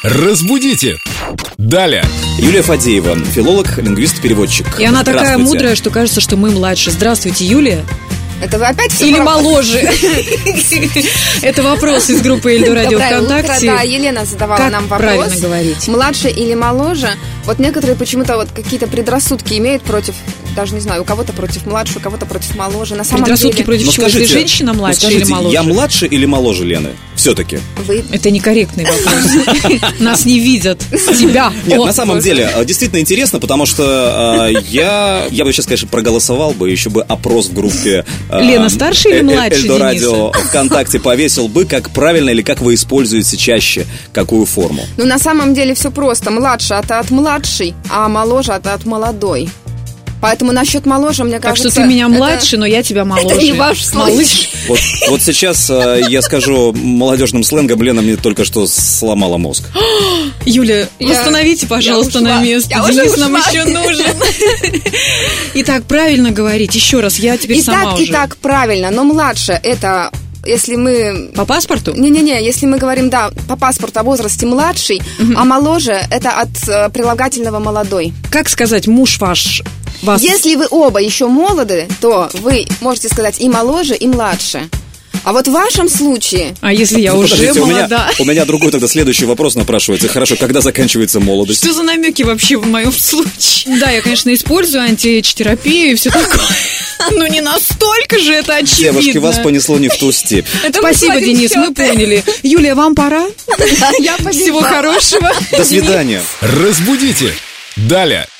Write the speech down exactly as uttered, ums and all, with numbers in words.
Разбудите! Далее. Юлия Фадеева, филолог, лингвист, переводчик. И она такая мудрая, что кажется, что мы младше. Здравствуйте, Юлия. Это вы опять все Или про... моложе? Это вопрос из группы Эльдо Радио ВКонтакте. Да, Елена задавала нам вопрос. Как правильно говорить? Младше или моложе? Вот некоторые почему-то вот какие-то предрассудки имеют против, даже не знаю, у кого-то против младше, у кого-то против моложе. На самом Предрассудки деле... против Ну, чего? скажите, Если женщина младше ну, скажите, или моложе? я младше или моложе Лены? Все-таки. Вы... Это некорректный вопрос. Нас не видят. Тебя. Нет, на самом деле, действительно интересно, потому что э, я, я бы сейчас, конечно, проголосовал бы, еще бы опрос в группе э, Лена старше или младше Эльдо Дениса? Радио ВКонтакте повесил бы, как правильно или как вы используете чаще какую форму. Ну, на самом деле все просто. Младше это от младший, а моложе это от молодой. Поэтому насчет моложе, мне Так кажется... что ты меня это- младше, но я тебя моложе. Это не ваш случай. Малыш. Вот, вот сейчас э, я скажу молодежным сленгом, Лена мне только что сломала мозг. Юля, Я- восстановите, пожалуйста, я ушла. на место. Я уже Денис нам ушла. еще нужен. Итак, правильно говорить. Еще раз, я теперь И сама так, уже. и так правильно, но младше это... Если мы... По паспорту? Не-не-не, если мы говорим, да, по паспорту о возрасте младший, а моложе это от э, прилагательного молодой. Как сказать, муж ваш вас... Если вы оба еще молоды, то вы можете сказать и моложе, и младше. А вот в вашем случае... А если я Ну, уже подождите, у меня, молода? у меня другой тогда следующий вопрос напрашивается. Хорошо, когда заканчивается молодость? Что за намеки вообще в моем случае? Да, я, конечно, использую антиэйдж-терапию и все такое. Но не настолько же это очевидно. Девушки, вас понесло не в ту степь. Это мы Спасибо, сводим Денис, мы счеты. поняли. Юлия, вам пора? Я побежала. Всего хорошего. До свидания. Разбудите! Далее.